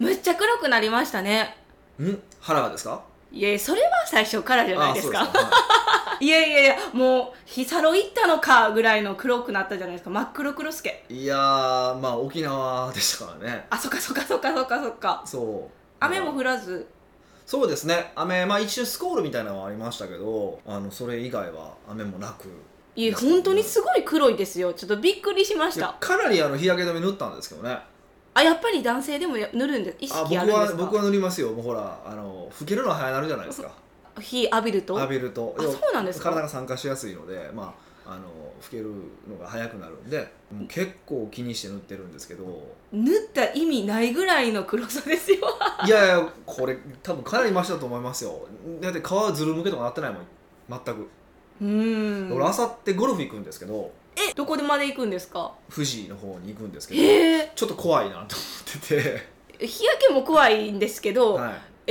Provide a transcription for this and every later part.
むっちゃ黒くなりましたね。 腹がですか？ いや、それは最初からじゃないですか。 そうですか、はい、 いやいやいや、もう日サロ行ったのかぐらいの黒くなったじゃないですか。真っ黒黒すけ。 いやー、まあ沖縄でしたからね。 あ、そっかそっかそっかそっかそっか。 そう、 雨も降らず。 そうですね、雨、まあ一瞬スコールみたいなのはありましたけど、それ以外は雨もなく。 いや、本当にすごい黒いですよ。ちょっとびっくりしました。 かなり日焼け止め塗ったんですけどね。 あ、やっぱり男性でも塗るんで、意識あるんですか？ 僕は塗りますよ。もうほら、老けるのは早なるじゃないですか。 日浴びると。 あ、 そうなんですか。 体が酸化しやすいので、まあ老けるのが早くなるんで、もう結構気にして塗ってるんですけど。 塗った意味ないぐらいの黒さですよ。 いやいや、これ多分かなりマシだと思いますよ。だって皮ずるむけとかなってないもん、全く。俺明後日ゴルフ行くんですけど。 どこでまで行くんですか？ 富士の方に行くんですけど、ちょっと怖いなと思ってて。日焼けも怖いんですけど、はい、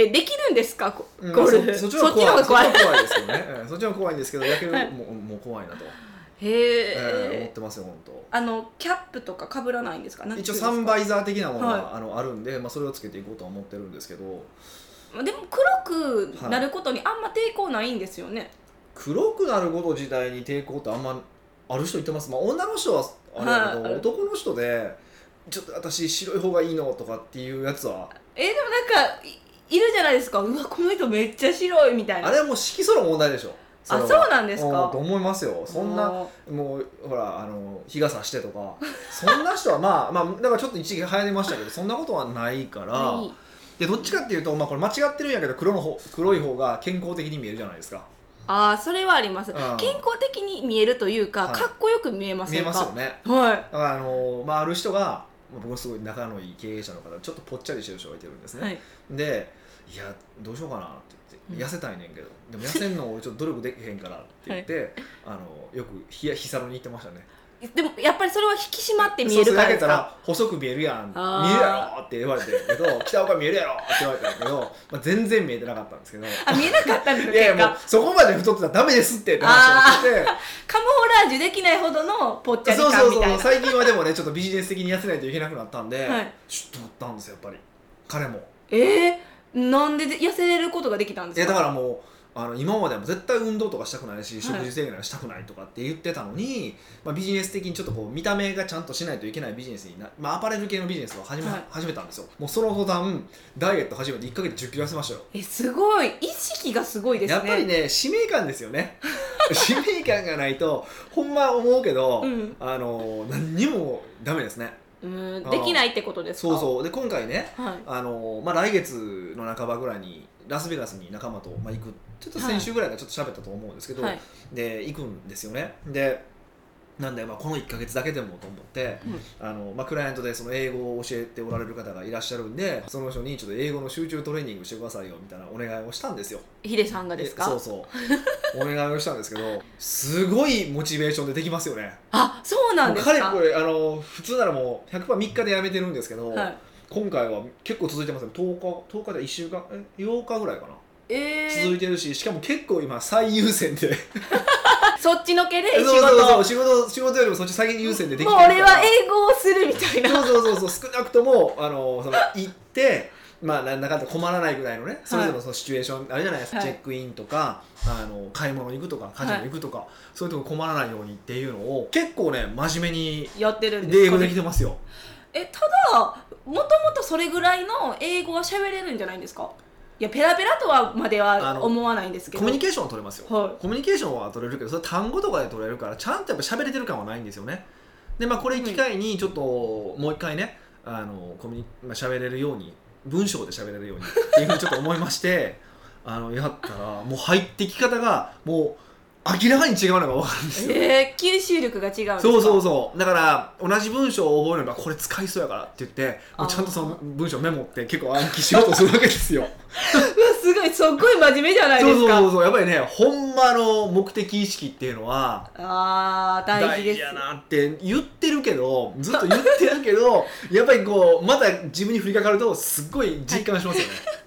できるんですか？ゴルフ。 そっちの方が怖いですけどね。そっちの方が怖いんですけど、焼けるもう怖いなと思ってますよ、本当。 キャップとかかぶらないんですか？ 一応サンバイザー的なものがあるんで、それをつけていこうとは思ってるんですけど。 でも黒くなることにあんま抵抗ないんですよね。 黒くなること自体に抵抗ってあんまある人いてます。女の人はあれだけど、男の人でちょっと私白い方がいいのとかっていうやつはでもなんかいるじゃないですか。うわ、この人めっちゃ白いみたいな。 あれはもう色素の問題でしょ。 あ、そうなんですか。 と思いますよ。そんなもうほら日が差してとかそんな人はまあだからちょっと一時期流行りましたけど、そんなことはないから、はい、でどっちかっていうと、これ間違ってるんやけど黒い方が健康的に見えるじゃないですか。 ああ、それはあります。健康的に見えるというか、かっこよく見えませんか？ 見えますよね。 はい。 だからある人が、僕すごい仲のいい経営者の方、ちょっとぽっちゃりしてる人がいてるんですね。はい、で、いやどうしようかなって言って、痩せたいねんけど、でも痩せんの俺ちょっと努力できへんからって言って、はい、よく日サロに行ってましたね。 でもやっぱりそれは引き締まって見えるからですか？そう、焼けたら細く見えるやん、見えるやろって言われてるけど、北岡見えるやろって言われたんだけど、全然見えてなかったんですけど。 あ、見えなかったんですか？ いやいや、もうそこまで太ってたらダメですって話をしてて、 カモフラージュできないほどのぽっちゃり感みたいな。 そう最近はでもね、ちょっとビジネス的に痩せないといけなくなったんで、はい、ちょっとなったんですよ、やっぱり彼も。 なんで痩せれることができたんですか？ だからもう今までも絶対運動とかしたくないし、食事制限はしたくないとかって言ってたのに、ビジネス的にちょっとこう見た目がちゃんとしないといけないビジネスにアパレル系のビジネスを始めたんですよ。もうその途端ダイエット始めて1ヶ月10キロ痩せましたよ。 すごい、意識がすごいですね。 やっぱりね、使命感ですよね。使命感がないとほんま思うけど、何にもダメですね。 できないってことですか？ そうで今回ね、はい、来月の半ばぐらいにラスベガスに仲間と、行く、ちょっと先週ぐらいからちょっと喋ったと思うんですけど、はい、で行くんですよね。でなんで、この1ヶ月だけでもと思って、クライアントでその英語を教えておられる方がいらっしゃるんで、その人にちょっと英語の集中トレーニングしてくださいよみたいなお願いをしたんですよ。 ヒデさんがですか？ お願いをしたんですけど、すごいモチベーションでできますよね。 あ、そうなんですか？ 彼これ普通ならもう 100%3 日でやめてるんですけど、はい、今回は結構続いてますね。10日で1週間8日ぐらいかな、続いてるし、しかも結構今最優先でそっちのけで仕事よりもそっち最優先でできてるから、 もう俺は英語をするみたいな。 そう少なくとも行ってなんだかんだ困らないぐらいのね、それぞれのシチュエーションあれじゃないですか、はい、チェックインとか買い物行くとか家事も行くとか、はい、そういうとこ困らないようにっていうのを結構ね真面目にやってるんですかね。 英語できてますよ。 ただもともとそれぐらいの英語は喋れるんじゃないんですか？いや、ペラペラとはまでは思わないんですけど、 コミュニケーションは取れますよ、 はい、 コミュニケーションは取れるけど、それ単語とかで取れるからちゃんとやっぱ喋れてる感はないんですよね。でこれ機会にちょっともう一回ね喋れるように、文章で喋れるようにっていうふうにちょっと思いましてやったらもう入ってき方がもう明らかに違うのが分かるんですよ。 吸収力が違うんですか？ そうだから同じ文章を覚えればこれ使いそうやからって言ってもうちゃんとその文章をメモって結構暗記しようとするわけですよ。 すごい真面目じゃないですか。 やっぱりね、ほんまの目的意識っていうのは大事です。 大事やなって言ってるけど、ずっと言ってるけどやっぱりこうまた自分に降りかかるとすっごい実感しますよね。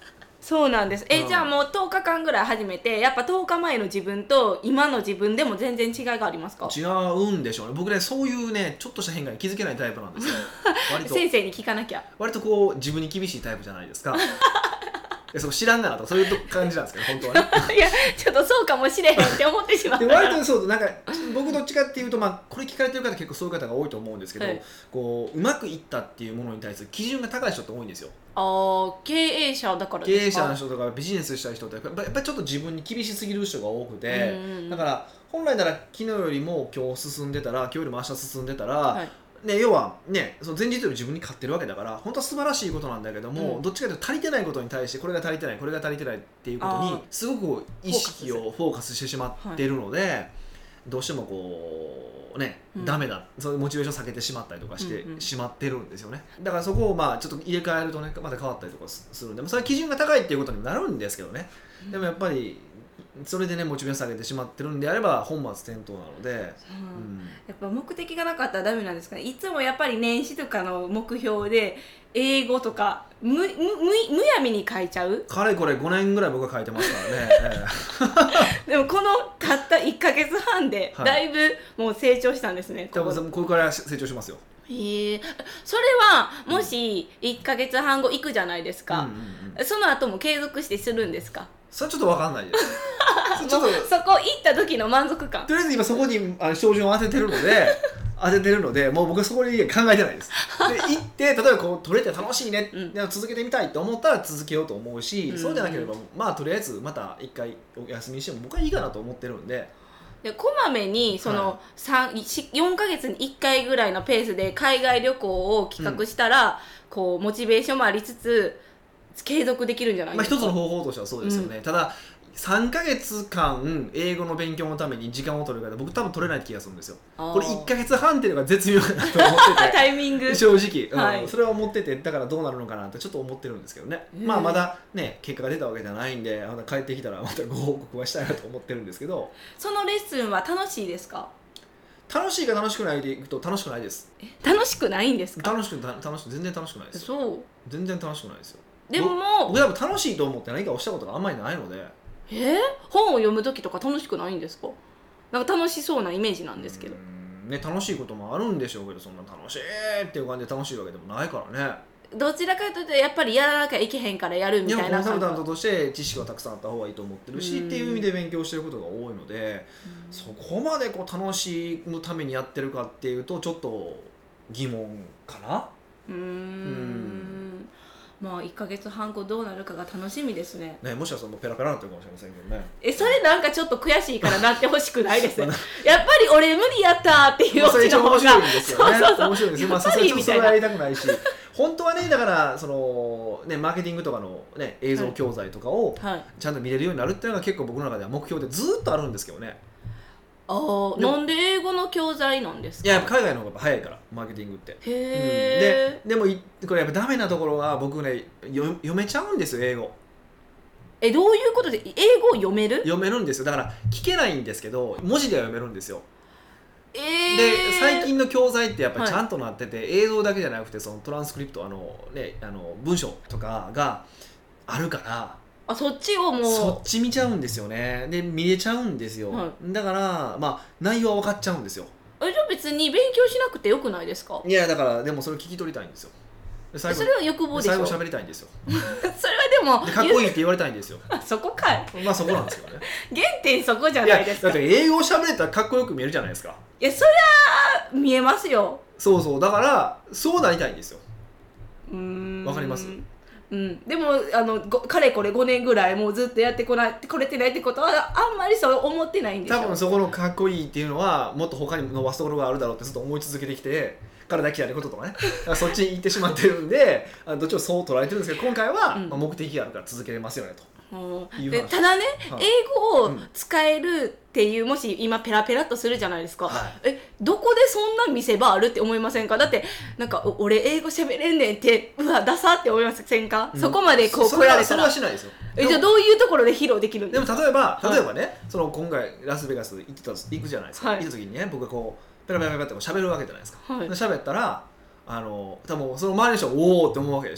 そうなんです。じゃあもう10日間ぐらい始めて、やっぱ10日前の自分と今の自分でも全然違いがありますか？ 違うんでしょうね。僕ね、そういうねちょっとした変化に気づけないタイプなんですよ。割と先生に聞かなきゃ。 割とこう自分に厳しいタイプじゃないですか。そこ知らんがなとかそういう感じなんですけど本当はね。 いやちょっとそうかもしれへんって思ってしまった。 で割とそうなんか僕どっちかっていうと、これ聞かれてる方結構そういう方が多いと思うんですけど、こううまくいったっていうものに対する基準が高い人って多いんですよ。 経営者だからですか？ 経営者の人とかビジネスした人ってやっぱりちょっと自分に厳しすぎる人が多くて、だから本来なら昨日よりも今日進んでたら今日よりも明日進んでたら、ね、要はねその前日より自分に勝ってるわけだから本当は素晴らしいことなんだけども、どっちかというと足りてないことに対してこれが足りてないこれが足りてないっていうことにすごく意識をフォーカスしてしまってるので、どうしてもこうね、ダメだそういうモチベーション下げてしまったりとかしてしまってるんですよね。だからそこをちょっと入れ替えるとねまた変わったりとかするんで、それは基準が高いっていうことになるんですけどね。でもやっぱりそれでねモチベーション下げてしまってるんであれば本末転倒なので、 やっぱ目的がなかったらダメなんですかね。いつもやっぱり年始とかの目標で英語とかむやみに書いちゃう。 かれこれ5年ぐらい僕は書いてますからね。 でもこのたった1ヶ月半でだいぶもう成長したんですね。 多分これから成長しますよ。 それはもし1ヶ月半後行くじゃないですか、その後も継続してするんですか？ それはちょっと分かんないです。 ちょっとそこ行った時の満足感。 とりあえず今そこに照準を当ててるのでもう僕はそこに考えてないです。で行って例えばこう取れて楽しいね、続けてみたいと思ったら続けようと思うし、そうじゃなければとりあえずまた1回お休みにしても僕はいいかなと思ってるんで。 でこまめにその、4ヶ月に1回ぐらいのペースで海外旅行を企画したら、こうモチベーションもありつつ継続できるんじゃないですか？ 一つの方法としてはそうですよね。ただ3ヶ月間英語の勉強のために時間を取るから僕多分取れない気がするんですよ。これ1ヶ月半っていうのが絶妙だなと思っててタイミング正直、それは思っててだからどうなるのかなってちょっと思ってるんですけどね、まだね結果が出たわけじゃないんでまた帰ってきたらまたご報告はしたいなと思ってるんですけど。 そのレッスンは楽しいですか？ 楽しいか楽しくないでいくと楽しくないです。 楽しくないんですか？ 全然楽しくないですよ。 そう全然楽しくないですよ。 でも僕やっぱ楽しいと思って何かをしたことがあんまりないので。 本を読む時とか楽しくないんですか？なんか楽しそうなイメージなんですけど。 ね、楽しいこともあるんでしょうけどそんな楽しいっていう感じで楽しいわけでもないからね。 どちらかというとやっぱりやらなきゃいけへんからやるみたいな。 でもコンサルタントとして知識はたくさんあった方がいいと思ってるしっていう意味で勉強してることが多いので、そこまでこう楽しむためにやってるかっていうとちょっと疑問かな。 1ヶ月半後どうなるかが楽しみですね。 もしかしたらもうペラペラになってるかもしれませんけどね。 それなんかちょっと悔しいからなってほしくないですやっぱり俺無理やったっていうそれ一番面白いんですよね。面白いんですよ。 さすがにそれはやりたくないし本当はねだからそのねマーケティングとかのね映像教材とかをちゃんと見れるようになるっていうのが結構僕の中では目標でずっとあるんですけどね。 なんで英語の教材なんですか？ いややっぱ海外の方が早いからマーケティングって。でもこれやっぱダメなところは僕ね読めちゃうんですよ英語。 どういうことで英語を読めるんですよ。だから聞けないんですけど文字では読めるんですよ。で最近の教材ってやっぱりちゃんとなってて、映像だけじゃなくてそのトランスクリプト文章とかがあるからそっちをもうそっち見ちゃうんですよね。で見れちゃうんですよ、だから内容は分かっちゃうんですよ。 じゃあ別に勉強しなくてよくないですか？ いやだからでもそれを聞き取りたいんですよ。 それは欲望でしょ。 最後喋りたいんですよそれはでもかっこいいって言われたいんですよそこかい。 そこなんですよね原点そこじゃないですか。 だって英語を喋れたらかっこよく見えるじゃないですか。 いやそりゃ見えますよ。 そうだからそうなりたいんですよ。わかります？ でもかれこれ5年ぐらいもうずっとやってこれてないってことはあんまりそう思ってないんでしょ。 多分そこのかっこいいっていうのはもっと他に伸ばすところがあるだろうってずっと思い続けてきて体鍛えることとかねそっちに行ってしまってるんでどっちもそう捉えてるんですけど今回は目的があるから続けれますよねと。 でただね、英語を使えるっていうもし今ペラペラっとするじゃないですか、どこでそんな見せ場あるって思いませんか？だってなんか俺英語喋れんねんってダサって思いませんか？そこまでこう来られたらそれはしないですよ。 じゃあどういうところで披露できるんですか？ でも例えばねその今回ラスベガス行くじゃないですか、行った時にね僕がこうペラペラって喋るわけじゃないですか。喋ったら多分その周りの人はおーって思うわけでしょ。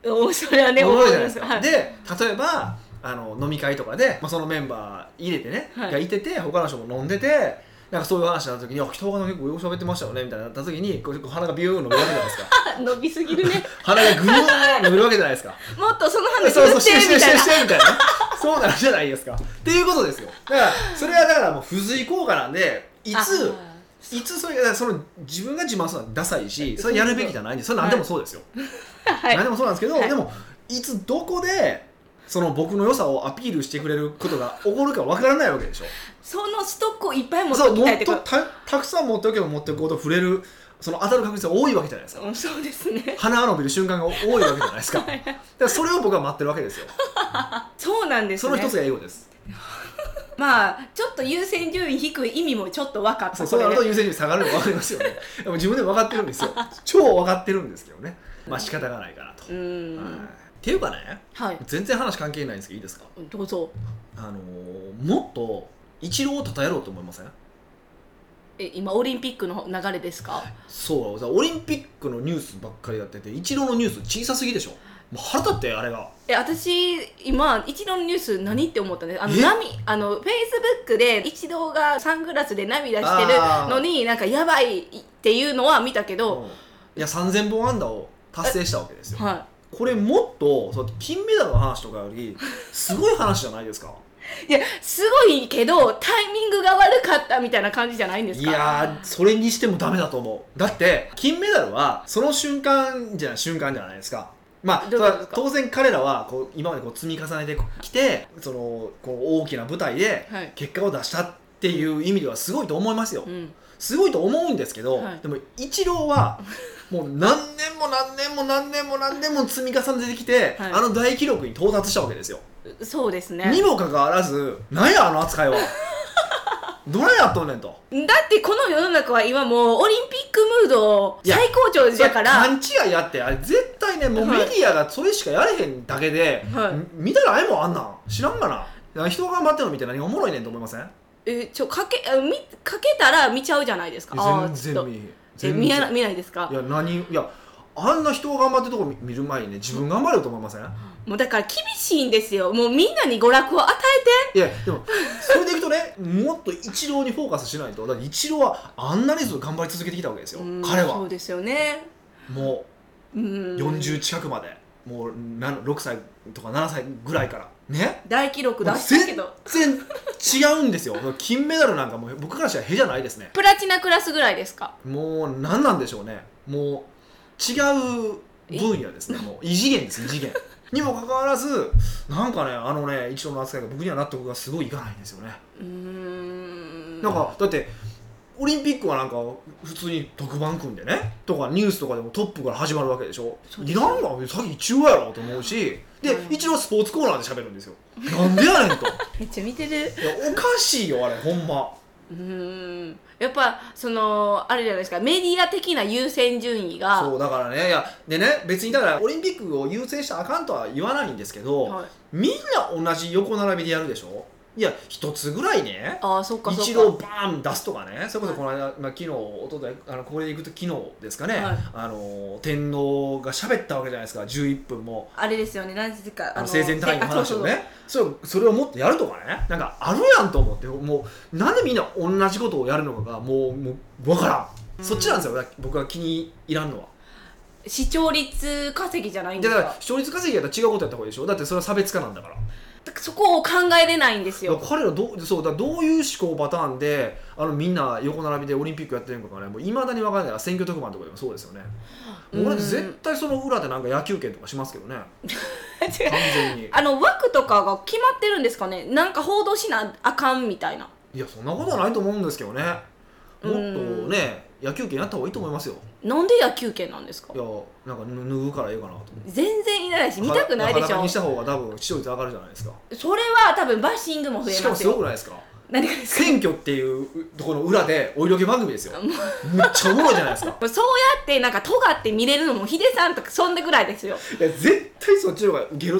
それはね、 思うじゃないですか、 はい、 で例えば飲み会とかで、そのメンバー入れてね、がいてて他の人も飲んでて、なんかそういう話になった時に人が結構よく喋ってましたよねみたいなった時に鼻がビューン伸びるわけじゃないですか伸びすぎるね鼻がグーン伸びるわけじゃないですかもっとその話そうそうしてみたいなみたいなそうなるじゃないですかっていうことですよ。だからそれはだからもう付随効果なんで、いつそれがその自分が自慢するのはダサいし、それやるべきじゃないんで、それ何でもそうですよ、はい、何でもそうなんですけど、はい、でもいつどこでその僕の良さをアピールしてくれることが起こるかわからないわけでしょ。 そのストックをいっぱい持っておきたいってこと。 たくさん持っておけば持っておくほど触れる、その当たる確率が多いわけじゃないですか。 そうですね。 鼻が伸びる瞬間が多いわけじゃないですか。だからそれを僕は待ってるわけですよ。 そうなんですね。 その一つが英語です。 まあちょっと優先順位低い意味もちょっっと分かった。 そうなると優先順位下がるの分かりますよね。でも自分でも分かってるんですよ。超分かってるんですけどね。まあ仕方がないかなと。っていうかね、はい、全然話関係ないんですけどいいですか。 どうぞ。 もっとイチローを称えろうと思いません？ 今オリンピックの流れですか？ そう、オリンピックのニュースばっかりやってて、イチローのニュース小さすぎでしょ。もう腹立ってあれが。 私今イチローのニュース何って思ったんです。フェイスブックでイチローがサングラスで涙してるのになんかやばいっていうのは見たけど、 いや3000本安打を達成したわけですよ。 はい。 これもっと金メダルの話とかよりすごい話じゃないですか。 いやすごいけどタイミングが悪かったみたいな感じじゃないんですか。 いやそれにしてもダメだと思う。だって金メダルはその瞬間じゃないですか。まあ当然彼らは今まで積み重ねてきて大きな舞台で結果を出したっていう意味ではすごいと思いますよ、すごいと思うんですけど、でもイチローはもう何年も積み重ねてきて、大記録に到達したわけですよ。 そうですね。 にもかかわらず何や扱いはどないやっとんねんと。 だってこの世の中は今もうオリンピックムード最高潮だから。 勘違いやって、あれ絶対ねもうメディアがそれしかやれへんだけで、見たらあれもあんなん知らんがな。人が頑張ってるの見て何がおもろいねんと思いません？ かけたら見ちゃうじゃないですか。 全然見ないですか？ いやあんな人が頑張ってるとこ見る前にね自分頑張れると思いません？ もうだから厳しいんですよ。もうみんなに娯楽を与えて。いやでもそれでいくとねもっとイチローにフォーカスしないと。だってイチローはあんなにずっと頑張り続けてきたわけですよ。彼はそうですよね。 もう40近くまでもう6歳とか7歳ぐらいからね大記録出したけど全然違うんですよ。金メダルなんかもう僕からしたらへじゃないですね。 プラチナクラスぐらいですか？ もう何なんでしょうね。もう違う分野ですね。もう異次元です。異次元にもかかわらずなんかねイチローの扱いが僕には納得がすごいいかないんですよね。なんかだってオリンピックはなんか普通に特番組んでねとかニュースとかでもトップから始まるわけでしょ。いらんわさっき中央やろと思うし、で一応スポーツコーナーで喋るんですよ。なんでやねんとめっちゃ見てる。 いやおかしいよあれほんま。 やっぱあれじゃないですか、メディア的な優先順位が。 そうだからね、いやでね別にだからオリンピックを優先したらあかんとは言わないんですけど、みんな同じ横並びでやるでしょ。いや一つぐらいね、一度バーン出すとかね。それこそこの間、昨日おとといこれでいくと昨日ですかね、天皇が喋ったわけじゃないですか。11分もあれですよね、何時か生前退位の話をね、それをもっとやるとかね、なんかあるやんと思って、もうなんでみんな同じことをやるのかがもう分からん。そっちなんですよ僕が気に入らんのは。 視聴率稼ぎじゃないんですか。 だから視聴率稼ぎやったら違うことやった方がいいでしょ。だってそれは差別化なんだから。 そこを考えれないんですよ。 彼らどういう思考パターンでみんな横並びでオリンピックやってるのかがね、もういまだに分からない。選挙特番とかでもそうですよね。俺絶対その裏でなんか野球券とかしますけどね完全に枠とかが決まってるんですかね。なんか報道しなあかんみたいな。 いやそんなことはないと思うんですけどね。もっとね野球券やった方がいいと思いますよ。 なんで野球券なんですか。 いやなんか脱ぐからいいかなと思って。 全然いらないし見たくないでしょ。 裸にした方が多分視聴率上がるじゃないですか。 それは多分バッシングも増えますよ。 しかもすごくないですか。 何がですか。 選挙っていうところの裏でお色気番組ですよ。めっちゃおもろいじゃないですかそうやってなんか尖って見れるのもヒデさんとかそんなぐらいですよ。 いや絶対そっちの方がウケるって。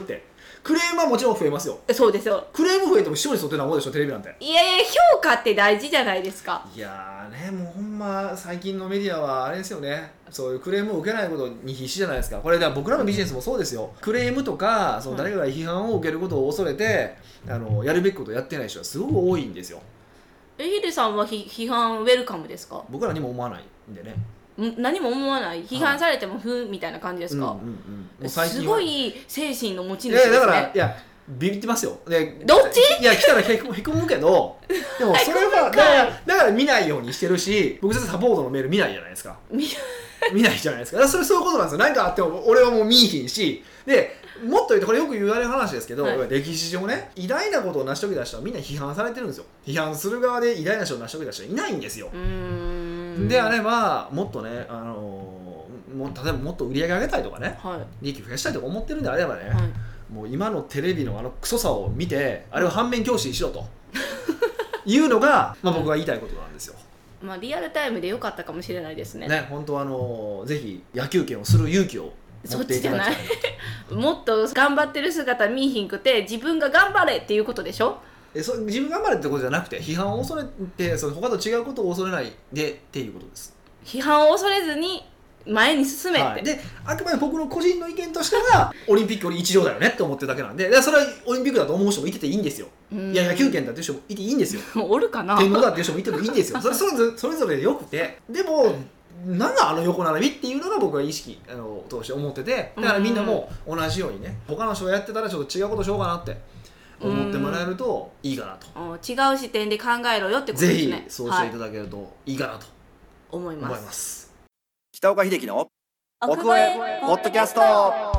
クレームはもちろん増えますよ。 そうですよ。 クレーム増えても視聴率取ってなんぼでしょテレビなんて。 いやいや、評価って大事じゃないですか。 いやーね、もうほんま最近のメディアはあれですよね、そういうクレームを受けないことに必死じゃないですか。これだから僕らのビジネスもそうですよ。クレームとかその誰かが批判を受けることを恐れて、やるべきことをやってない人はすごく多いんですよ。 ヒデさんは批判ウェルカムですか？ 僕らにも思わないんでね。 何も思わない、批判されてもふんみたいな感じですか？ もう最近すごい精神の持ち主ですね。 だからいやビビってますよ。でどっち？ いや来たらへこむけど、でもそれはだから見ないようにしてるし、僕絶対サポートのメール見ないじゃないですか。見ないじゃないですか。だからそういうことなんですよ。何かあっても俺はもう見いひんし、でもっと言うとこれよく言われる話ですけど、歴史上ね偉大なことを成し遂げた人はみんな批判されてるんですよ。批判する側で偉大な人を成し遂げた人はいないんですよ。であればもっとね、例えばもっと売り上げ上げたいとかね、利益増やしたいとか思ってるんであればね、もう今のテレビのクソさを見てあれを反面教師にしろというのが、僕が言いたいことなんですよ。 リアルタイムで良かったかもしれないですね。 本当ぜひ野球拳をする勇気を持っていただきたい。 もっと頑張ってる姿見ひんくて自分が頑張れっていうことでしょ。 自分頑張れってことじゃなくて、批判を恐れて他と違うことを恐れないでっていうことです。 批判を恐れずに前に進めって、 であくまで僕の個人の意見としてはオリンピックより一条だよねって思ってるだけなんで、それはオリンピックだと思う人もいてていいんですよ。いや野球拳だっていう人もいていいんですよ。 おるかな。 天皇だっていう人もいてもいいんですよ。それぞれでよくて、でもなんだ横並びっていうのが僕は意識通して思ってて、だからみんなも同じようにね、他の人がやってたらちょっと違うことしようかなって思ってもらえるといいかなと。 違う視点で考えろよってことですね。 ぜひそうしていただけるといいかなと思います。 北岡秀樹の奥越えポッドキャスト。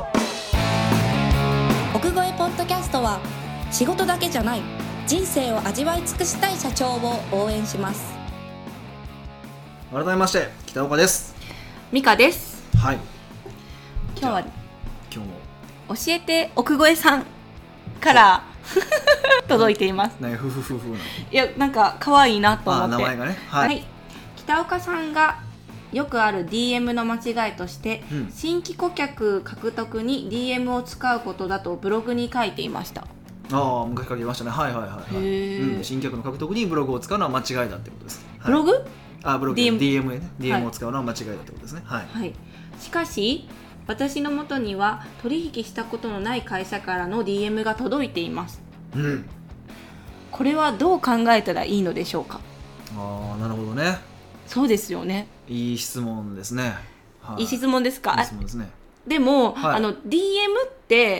奥越えポッドキャストは仕事だけじゃない人生を味わい尽くしたい社長を応援します。 改めまして北岡です。 美香です。 はい。 今日も教えて奥越さんから届いています。 ね、 いやなんか可愛いなと思って。 名前がね。はい。 北岡さんがよくある DM の間違いとして、新規顧客獲得に DM を使うことだとブログに書いていました。 昔書きましたね。はい。新客の獲得にブログを使うのは間違いだってことです。 ブログ？ ブログ DM を使うのは間違いだってことですね。はい。 しかし私の元には取引したことのない会社からの DM が届いています。これはどう考えたらいいのでしょうか？ なるほどね。 そうですよね。 いい質問ですね。 いい質問ですか？ いい質問ですね。 でも、DM って、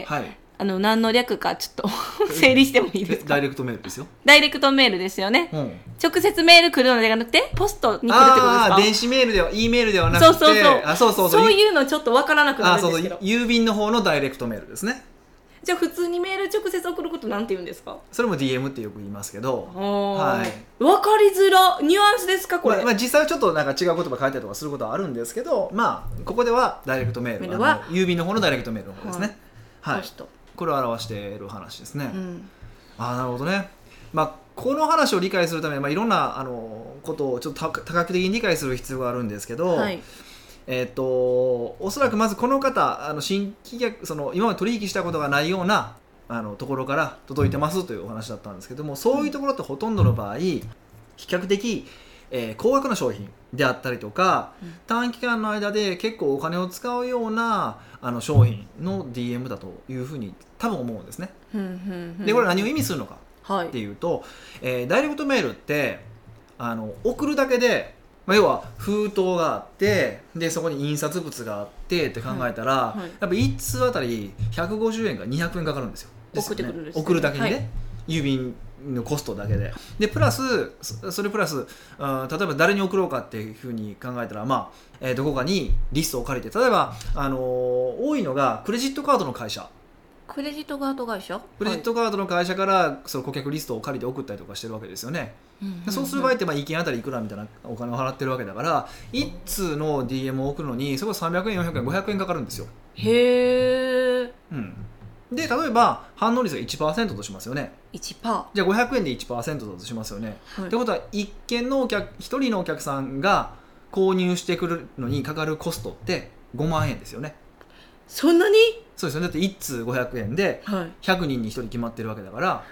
何の略かちょっと整理してもいいですか？ ダイレクトメールですよ。 ダイレクトメールですよね。直接メール来るのではなくてポストに来るってことですか？ 電子メールでは E メールではなくて、 そういうのちょっと分からなくなるんですけど。 郵便の方のダイレクトメールですね。 じゃあ普通にメール直接送ることなんて言うんですか？それも DM ってよく言いますけど、 分かりづらニュアンスですかこれ？ 実際はちょっとなんか違う言葉書いたりとかすることはあるんですけど、ここではダイレクトメールは郵便の方のダイレクトメールの方ですね。これを表している話ですね。なるほどね。この話を理解するためにいろんなことをちょっと多角的に理解する必要があるんですけど、おそらくまずこの方新規客今まで取引したことがないようなところから届いてますというお話だったんですけども、そういうところってほとんどの場合比較的、高額な商品であったりとか、短期間の間で結構お金を使うような商品の DM だというふうに多分思うんですね。でこれ何を意味するのかっていうと、ダイレクトメールって送るだけで要は封筒があってでそこに印刷物があってって考えたら、やっぱ1通あたり150円か200円かかるんですよ。 送ってくるんですね。 送るだけにね、郵便のコストだけでプラスそれプラス例えば誰に送ろうかっていうふうに考えたらどこかにリストを借りて、例えば多いのがクレジットカードの会社。 クレジットカード会社？ クレジットカードの会社からその顧客リストを借りて送ったりとかしてるわけですよね。そうする場合って1件あたりいくらみたいなお金を払ってるわけだから、1通の DM を送るのにそこ300円400円500円かかるんですよ。 へー。 で例えば反応率が 1% としますよね。 1%。 じゃあ500円で 1% だとしますよね。ってことは1人のお客さんが購入してくるのにかかるコストって5万円ですよね。 そんなに？ そうですよね。だって1通500円で100人に1人決まってるわけだから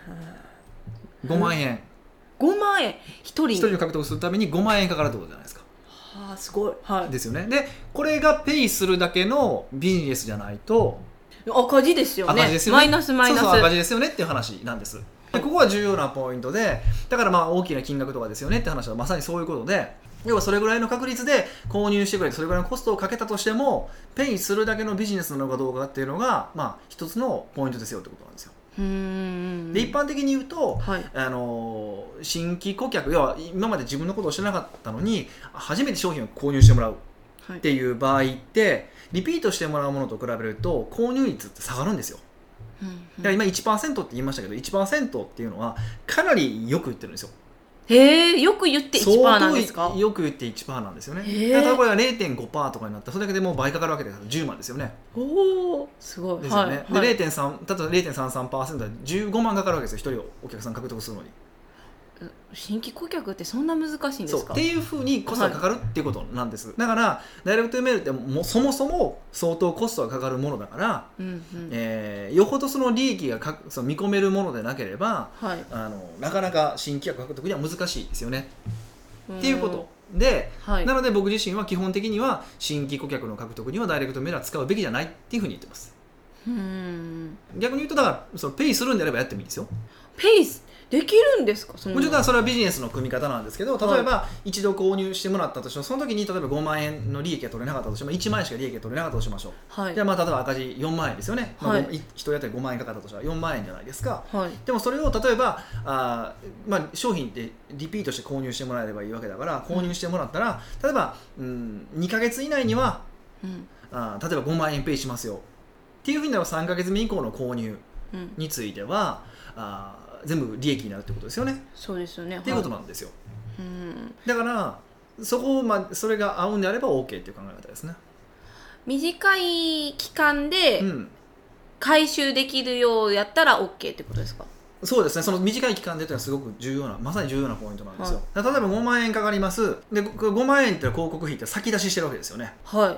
5万円、 5万円1人を獲得するために5万円かかるってことじゃないですか。 はあ、すごい、はい、 ですよね。でこれがペイするだけのビジネスじゃないと赤字ですよね。 赤字ですよね。 マイナスそうそう赤字ですよねっていう話なんです。でここは重要なポイントで、だからまあ大きな金額とかですよねって話はまさにそういうことで、要はそれぐらいの確率で購入してくれてそれぐらいのコストをかけたとしてもペイするだけのビジネスなのかどうかっていうのがまあ一つのポイントですよってことなんですよ。で一般的に言うと、はい、新規顧客、要は今まで自分のことを知らなかったのに初めて商品を購入してもらうっていう場合って、はい、リピートしてもらうものと比べると購入率って下がるんですよ。だから今 1% って言いましたけど 1% っていうのはかなりよく言ってるんですよ。 へえ、よく言って 1% なんですか？ よく言って 1% なんですよね。例えばこれが 0.5% とかになったらそれだけでもう倍かかるわけですから10万ですよね。 おお、すごいですよね。 で、はい、例えば 0.33% で15万かかるわけですよ、1人をお客さん獲得するのに。 新規顧客ってそんな難しいんですか？ そうっていうふうにコストがかかるっていうことなんです、はい、だからダイレクトメールってもうそもそも相当コストがかかるものだから、よほどその利益がその見込めるものでなければ、はい、なかなか新規客獲得には難しいですよねっていうことで、はい、なので僕自身は基本的には新規顧客の獲得にはダイレクトメールは使うべきじゃないっていうふうに言ってます。逆に言うとだからそのペイするんであればやってもいいですよ。 ペイできるんですか？ もちろんそれはビジネスの組み方なんですけど、例えば一度購入してもらったとしてもその時に例えば5万円の利益が取れなかったとしても1万円しか利益が取れなかったとしましょう、はい、でまあ例えば赤字4万円ですよね、はい、1人当たり5万円かかったとしたら4万円じゃないですか、はい、でもそれを例えばまあ、商品ってリピートして購入してもらえればいいわけだから購入してもらったら例えば、2ヶ月以内には、例えば5万円ペイしますよっていうふうになれば3ヶ月目以降の購入については、全部利益になるってことですよね。 そうですよね。 っていうことなんですよ。だからそれが合うんであれば OK っていう考え方ですね。 短い期間で回収できるようやったら OK ってことですか？ そうですね。その短い期間でというのはすごく重要な、まさに重要なポイントなんですよ。はい、例えば5万円かかります。で5万円って広告費って先出ししてるわけですよね。はい。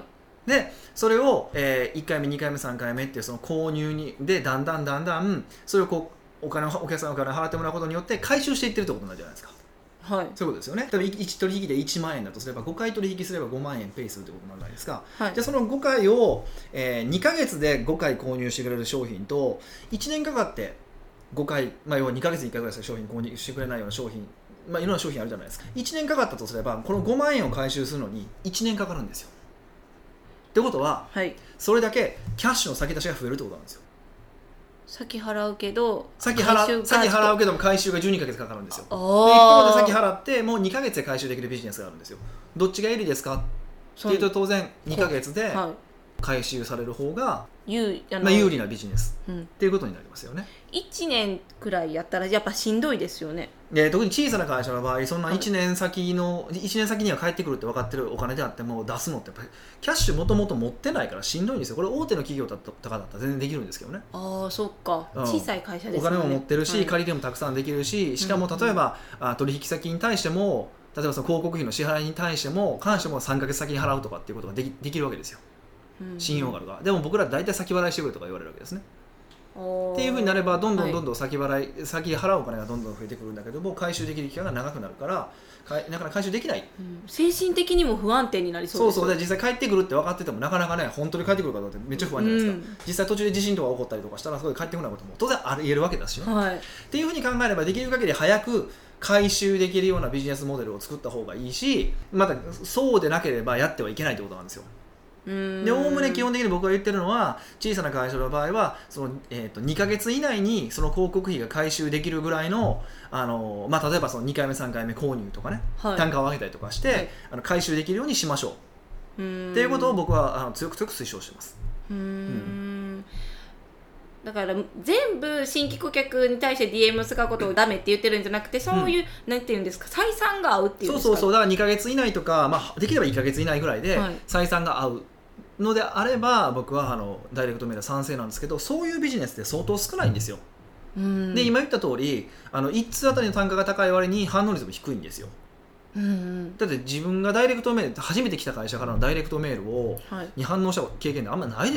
でそれを、1回目2回目3回目っていうその購入でだんだんそれをお客さんにお金を払ってもらうことによって回収していってるってことになるじゃないですか。はい、そういうことですよね。例えば1取引で1万円だとすれば5回取引すれば5万円ペイするってことになるじゃないですか。はい、でその5回を、2ヶ月で5回購入してくれる商品と1年かかって5回、まあ、要は2ヶ月に1回ぐらいしか商品購入してくれないような商品、まあ、いろんな商品あるじゃないですか。1年かかったとすればこの5万円を回収するのに1年かかるんですよ。ってことは、はい、それだけキャッシュの先出しが増えるってことなんですよ。 先払うけど先払うけども回収が12ヶ月かかるんですよ。で一方で先払ってもう2ヶ月で回収できるビジネスがあるんですよ。どっちが有利ですかっていうと当然2ヶ月で回収される方が有利なビジネスっていうことになりますよね。 1年くらいやったらやっぱしんどいですよね。 で特に小さな会社の場合そんな1年先には返ってくるって分かってるお金であっても出すのってやっぱりキャッシュもともと持ってないからしんどいんですよ。これ大手の企業とかだったら全然できるんですけどね。 ああそっか、小さい会社ですね。 お金も持ってるし、はい、借り手もたくさんできるし、しかも例えば、取引先に対しても例えばその広告費の支払いに関しても3ヶ月先に払うとかっていうことができるわけですよ。信用があるから。でも僕ら大体先払いしてくれとか言われるわけですね。っていうふうになればどんどん先払うお金がどんどん増えてくるんだけども回収できる期間が長くなるからなかなか回収できない、 精神的にも不安定になりそうです。 そうで実際帰ってくるって分かっててもなかなかね本当に帰ってくるかどうかってめっちゃ不安じゃないですか、実際途中で地震とか起こったりとかしたらすごい帰ってこないことも当然ありえるわけだし、はい、っていうふうに考えればできる限り早く回収できるようなビジネスモデルを作った方がいいしまたそうでなければやってはいけないってことなんですよ。でおおむね基本的に僕が言ってるのは小さな会社の場合はその、2ヶ月以内にその広告費が回収できるぐらいの、例えばその2回目3回目購入とかね、はい、単価を上げたりとかして、はい、回収できるようにしましょうっていうことを僕は強く推奨してます。 だから全部新規顧客に対して DM を使うことをダメって言ってるんじゃなくてそういう、なんていうんですか採算が合うっていうんですか。 そうだから2ヶ月以内とか、できれば1ヶ月以内ぐらいで採算が合うのであれば僕はダイレクトメールは賛成なんですけどそういうビジネスって相当少ないんですよ。で今言った通り1通あたりの単価が高い割に反応率も低いんですよ。だって自分がダイレクトメール初めて来た会社からのダイレクトメールに反応した経験ってあんまりないでしょ。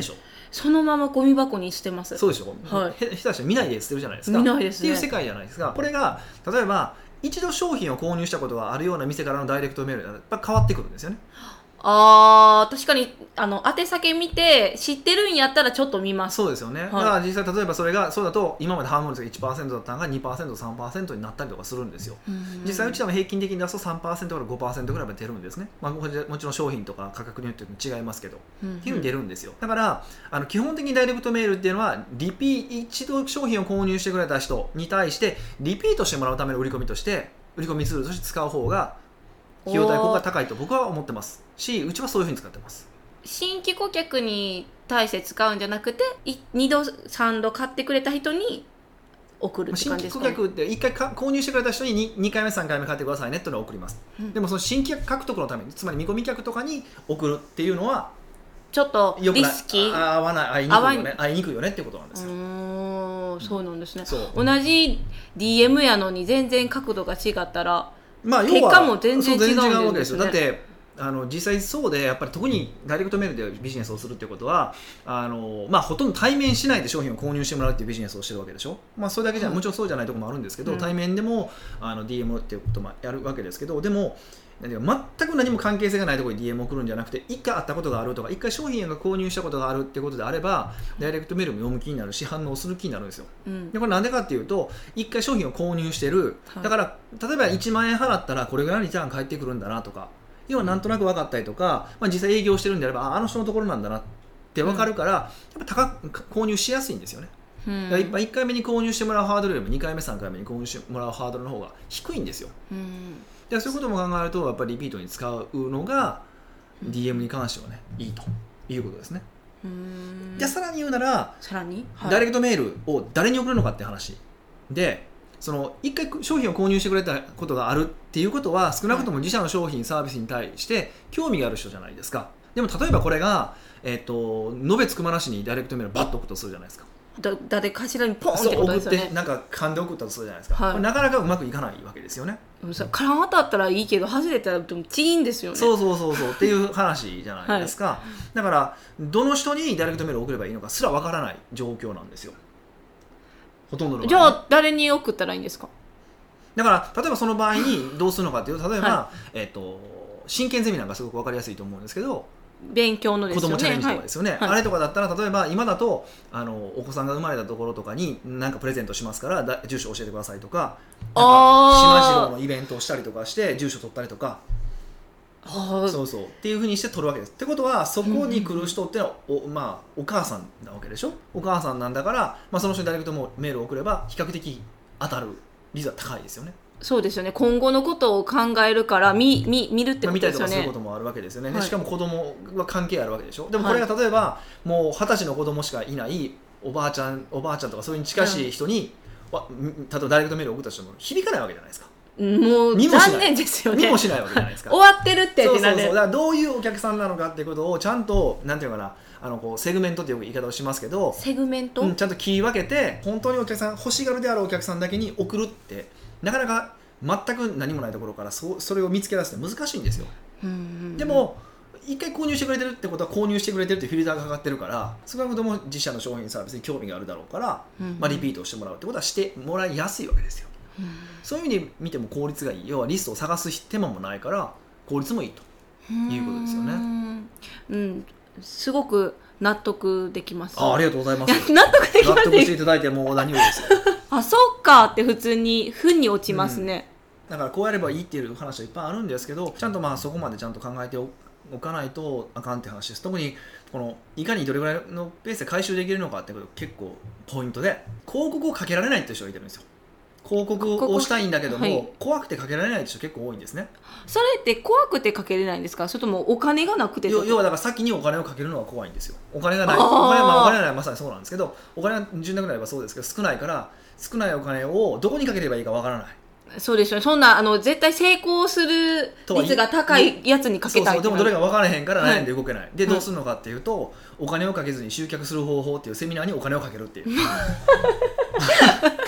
そのままゴミ箱に捨てます。 そうでしょ、 はい、 下手したら見ないで捨てるじゃないですか。 見ないですね。 っていう世界じゃないですか。これが例えば一度商品を購入したことがあるような店からのダイレクトメールでやっぱ変わってくるんですよね。 確かに宛先見て知ってるんやったらちょっと見ます。 そうですよね、はい、だから実際例えばそれがそうだと今まで半分率が 1% だったのが 2%、3% になったりとかするんですよ。実際うちでも平均的に出すと 3% から 5% ぐらいまで出るんですね、もちろん商品とか価格によって違いますけど、っていうふうに出るんですよ。だから基本的にダイレクトメールっていうのは一度商品を購入してくれた人に対してリピートしてもらうための売り込みツールとして使う方が費用対効果が高いと僕は思ってますし、うちはそういうふうに使ってます。 新規顧客に対して使うんじゃなくて2度3度買ってくれた人に送るって感じですかね。 新規顧客って1回購入してくれた人に 2回目3回目買ってくださいねっていうのを送ります、でもその新規獲得のためにつまり見込み客とかに送るっていうのはちょっとリスキー合わない会いにくいよねってことなんですよ。 そうなんですね。同じ DM やのに全然角度が違ったら、結果も全然違うんですよね。 だって実際そうでやっぱり特にダイレクトメールでビジネスをするっていうことはほとんど対面しないで商品を購入してもらうっていうビジネスをしてるわけでしょ。それだけじゃもちろんそうじゃないところもあるんですけど、対面でもDM っていうこともやるわけですけど、でも全く何も関係性がないところに DM を送るんじゃなくて1回会ったことがあるとか1回商品が購入したことがあるってことであればダイレクトメールも読む気になるし反応する気になるんですよ、でこれなんでかっていうと1回商品を購入してる、だから例えば1万円払ったらこれぐらいのリターン返ってくるんだなとか要はなんとなく分かったりとか、実際営業してるんであればあの人のところなんだなって分かるから、やっぱ購入しやすいんですよね。1回目に購入してもらうハードルよりも2回目3回目に購入してもらうハードルの方が低いんですよ。でそういうことも考えるとやっぱりリピートに使うのが DM に関してはねいいということですね。じゃあさらに言うならダイレクトメールを誰に送るのかって話で、その1回商品を購入してくれたことがあるっていうことは少なくとも自社の商品サービスに対して興味がある人じゃないですか。でも例えばこれがのべつくまなしにダイレクトメールをバッと送るとするじゃないですか。 誰かしらにポンってことですよね。 送ってなんか勘で送ったとするじゃないですか、これなかなかうまくいかないわけですよね。 勘当たったらいいけど外れたらチーンですよね。 そうっていう話じゃないですか、だからどの人にダイレクトメールを送ればいいのかすらわからない状況なんですよ、ほとんどの場合。 じゃあ誰に送ったらいいんですか。 だから例えばその場合にどうするのかっていうと例えば、真剣ゼミなんかすごくわかりやすいと思うんですけど、 勉強のですよね、 子供チャレンジとかですよね、あれとかだったら例えば今だとお子さんが生まれたところとかに何かプレゼントしますから住所教えてくださいとか、島次郎のイベントをしたりとかして住所取ったりとか、そうっていうふうにして取るわけです。ってことはそこに来る人ってのはお母さんなわけでしょ。お母さんなんだから、その人にダイレクトメールを送れば比較的当たる率は高いですよね。 そうですよね。今後のことを考えるから見るってことですよね。 見たりとかすることもあるわけですよね、しかも子供は関係あるわけでしょ。でもこれが例えば、もう20歳の子供しかいないおばあちゃんとかそういうに近しい人に、例えばダイレクトメールを送った人も響かないわけじゃないですか。 もう残念ですよね。 見もしないわけじゃないですか。 終わってるってってなる。 だからどういうお客さんなのかっていうことをちゃんとなんていうかなセグメントってよく言い方をしますけど、 セグメント、 ちゃんと切り分けて本当にお客さん欲しがるであるお客さんだけに送るってなかなか全く何もないところからそれを見つけ出すって難しいんですよ。でも一回購入してくれてるってことは購入してくれてるってフィルターがかかってるから少なくとも自社の商品サービスに興味があるだろうから、リピートをしてもらうってことはしてもらいやすいわけですよ。そういう意味で見ても効率がいい。要はリストを探す手間もないから効率もいいということですよね。 すごく納得できます。 ありがとうございます。 納得できます。 納得していただいてもう何よりですよ。 そうかって普通に腑に落ちますね。 だからこうやればいいっていう話はいっぱいあるんですけど、ちゃんとそこまでちゃんと考えておかないとあかんって話です。特にいかにどれぐらいのペースで回収できるのかってことが結構ポイントで、広告をかけられないっていう人がいてるんですよ。広告をしたいんだけども、怖くてかけられないって人結構多いんですね。 それって怖くてかけれないんですか、それともお金がなくて。 要はだから先にお金をかけるのが怖いんですよ。お金がない、お金がないまさにそうなんですけど、お金が純なくなればそうですけど少ないから少ないお金をどこにかければいいかわからない。 そうですよね。そんな絶対成功する率が高いやつにかけたい。 でもどれか分からへんから悩んで動けない、でどうするのかっていうと、お金をかけずに集客する方法っていうセミナーにお金をかけるっていう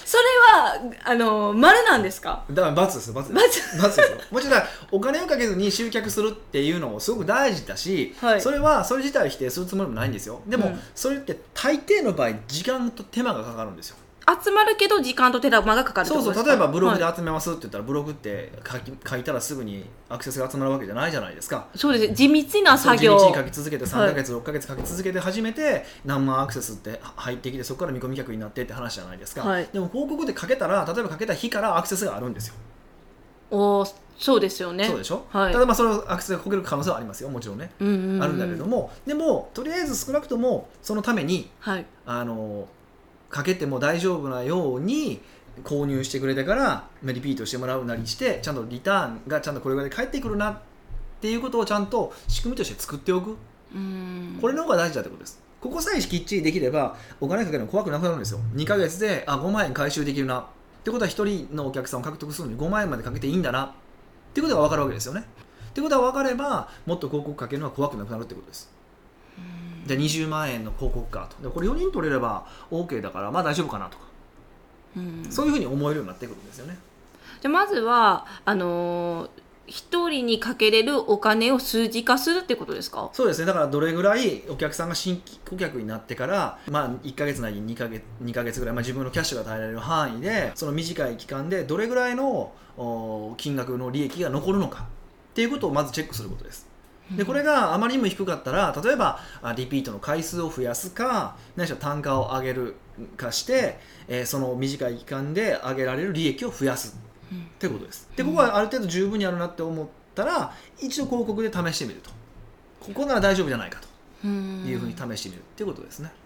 それは丸なんですか？ だから×ですよ、×ですよ。もちろんお金をかけずに集客するっていうのもすごく大事だし、はい、それ自体を否定するつもりもないんですよ。でも、それって大抵の場合時間と手間がかかるんですよ。 集まるけど時間と手間がかかるってことですか？ そう、例えばブログで集めますって言ったら、ブログって書いたらすぐにアクセスが集まるわけじゃないじゃないですか。 そうです。地道な作業。 地道に書き続けて3ヶ月、6ヶ月書き続けて初めて何万アクセスって入ってきて、そこから見込み客になってって話じゃないですか。はい、でも広告で書けたら、例えば書けた日からアクセスがあるんですよ。 そうですよね。 そうでしょ。 はい、 ただそのアクセスがこける可能性はありますよ、もちろんね。あるんだけども、でもとりあえず少なくともそのために、はい、かけても大丈夫なように購入してくれてからリピートしてもらうなりして、ちゃんとリターンがちゃんとこれぐらいで返ってくるなっていうことをちゃんと仕組みとして作っておく。これの方が大事だってことです。ここさえきっちりできればお金かけるの怖くなくなるんですよ。2ヶ月で5万円回収できるなってことは、1人のお客さんを獲得するのに5万円までかけていいんだなってことが分かるわけですよね。ってことが分かれば、もっと広告かけるのは怖くなくなるってことです。じゃあ20万円の広告かと、でこれ4人取れれば OK だから大丈夫かなとか、そういうふうに思えるようになってくるんですよね。 じゃあまずは1人にかけれるお金を数字化するってことですか？ そうですね。だからどれぐらいお客さんが新規顧客になってから、1ヶ月なり2ヶ月ぐらい、自分のキャッシュが耐えられる範囲で、その短い期間でどれぐらいの金額の利益が残るのかっていうことをまずチェックすることです。でこれがあまりにも低かったら、例えばリピートの回数を増やすか、何しろ単価を上げるかして、その短い期間で上げられる利益を増やすってことです。でここはある程度十分にあるなって思ったら、一度広告で試してみると、ここなら大丈夫じゃないかというふうに試してみるっていうことですね。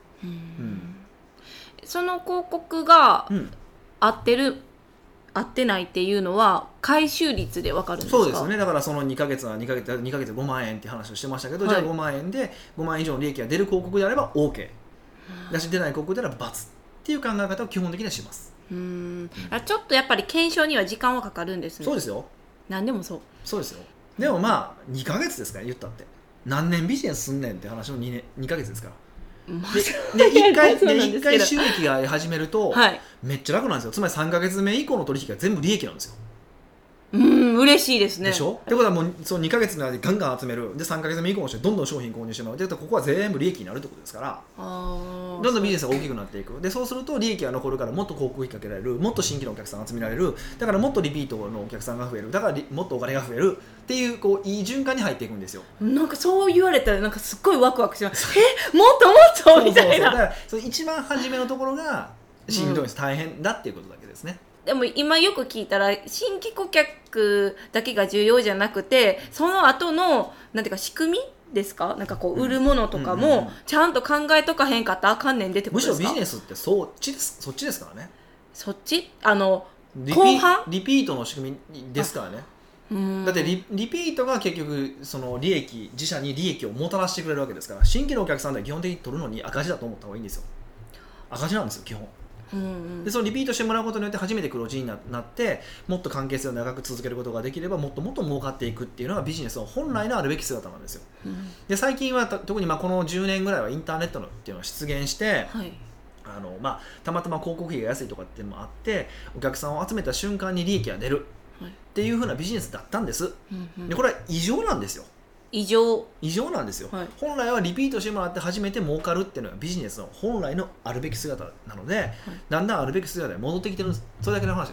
その広告が合ってる、合ってないっていうのは回収率で分かるんですか？ そうですよね。だからその2ヶ月は2ヶ月5万円っていう話をしてましたけど、はい、じゃあ5万円で5万円以上の利益が出る広告であれば OK だし、出ない広告であれば×っていう考え方を基本的にはします。 ちょっとやっぱり検証には時間はかかるんですね。 そうですよ。 何でもそうですよ。でも2ヶ月ですから、言ったって何年ビジネスすんねんって話の2ヶ月ですから。で1回収益が始めると、はい、めっちゃ楽なんですよ。つまり3ヶ月目以降の取引が全部利益なんですよ。 嬉しいですね。 でしょ。ってことはもうその2ヶ月の間でガンガン集める。で3ヶ月目以降の人どんどん商品購入してもらう。でここは全部利益になるってことですから、どんどんビジネスが大きくなっていく。でそうすると利益が残るから、もっと広告費かけられる、もっと新規のお客さん集められる、だからもっとリピートのお客さんが増える、だからもっとお金が増えるっていう、いい循環に入っていくんですよ。 なんかそう言われたらすっごいワクワクします。もっともっとみたいな。 だからその一番初めのところがしんどいです、大変だっていうことだけですね。 でも今よく聞いたら、新規顧客だけが重要じゃなくて、その後のなんていうか仕組みですか、なんか売るものとかもちゃんと考えとかへんかったらあかんねんでってことですか？ むしろビジネスってそっちですからね。 そっち後半リピートの仕組みですからね。だってリピートが結局その利益、自社に利益をもたらしてくれるわけですから、新規のお客さんで基本的に取るのに赤字だと思った方がいいんですよ。赤字なんですよ基本。でそのリピートしてもらうことによって初めて黒字になって、もっと関係性を長く続けることができれば、もっともっと儲かっていくっていうのがビジネスの本来のあるべき姿なんですよ。で最近は特にこの10年ぐらいはインターネットっていうのが出現して、はい、たまたま広告費が安いとかっていうのもあって、お客さんを集めた瞬間に利益が出るっていう風なビジネスだったんです。でこれは異常なんですよ。異常なんですよ、はい、本来はリピートしてもらって初めて儲かるっていうのがビジネスの本来のあるべき姿なので、はい、だんだんあるべき姿に戻ってきてる、それだけの話です。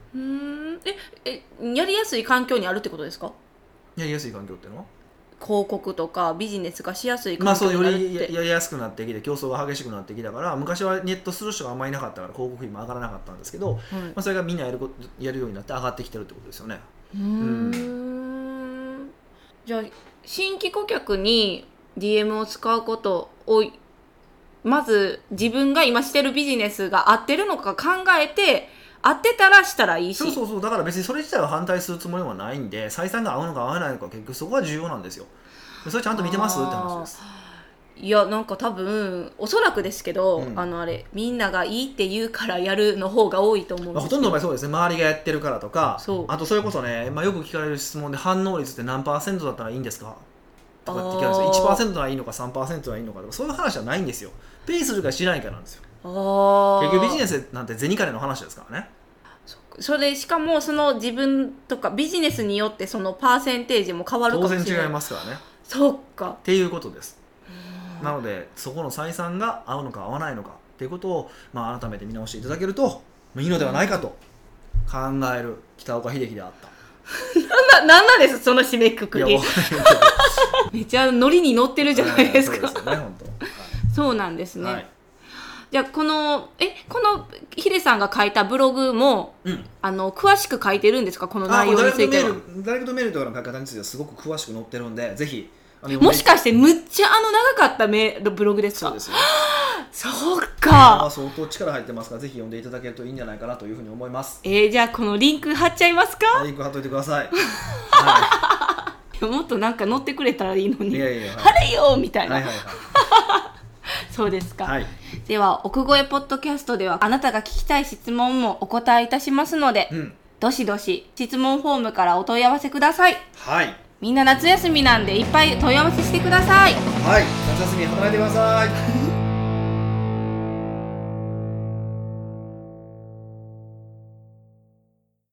やりやすい環境にあるってことですか？ やりやすい環境っていうのは広告とかビジネスがしやすい環境になるって、 よりやりやすくなってきて、競争が激しくなってきたから、昔はネットする人があんまりいなかったから広告費も上がらなかったんですけど、はい、それがみんなやるようになって上がってきてるってことですよね。 じゃあ新規顧客に DM を使うことをまず自分が今してるビジネスが合ってるのか考えて、合ってたらしたらいいし、 そうだから別にそれ自体は反対するつもりはないんで、採算が合うのか合わないのか結局そこは重要なんですよ。それちゃんと見てますって話です。 いやなんか多分おそらくですけど、みんながいいって言うからやるの方が多いと思うんです。 ほとんどの場合そうですね。周りがやってるからとか、あとそれこそね、よく聞かれる質問で、反応率って何%だったらいいんですかとかって聞かれるんですよ。1% はいいのか 3% はいいのかとか、そういう話はないんですよ。ペイするかしないかなんですよ。 結局ビジネスなんて銭金の話ですからね。 それしかもその自分とかビジネスによってそのパーセンテージも変わるかもしれない。 当然違いますからね。 そうかっていうことです。なのでそこの採算が合うのか合わないのかっていうことを、改めて見直していただけるといいのではないかと考える北岡秀樹であった。 なんですその締めくくり。めっちゃノリに乗ってるじゃないですか。 そうですよね、本当。 そうなんですね。 はい、 じゃあこのヒデさんが書いたブログも、詳しく書いてるんですか、この内容については。 ダイレクトメールとかの書き方についてはすごく詳しく載ってるんで、ぜひ。 もしかしてむっちゃ長かったブログですか。 そうですよ。 そうか。 相当力入ってますから、ぜひ読んでいただけるといいんじゃないかなというふうに思います。 じゃあこのリンク貼っちゃいますか。 リンク貼っといてください。 もっとなんか載ってくれたらいいのに。 貼れよみたいな。そうですか。では奥越ポッドキャストではあなたが聞きたい質問もお答えいたしますので、どしどし質問フォームからお問い合わせください。みんな夏休みなんでいっぱい問い合わせしてください。 夏休み働いてください。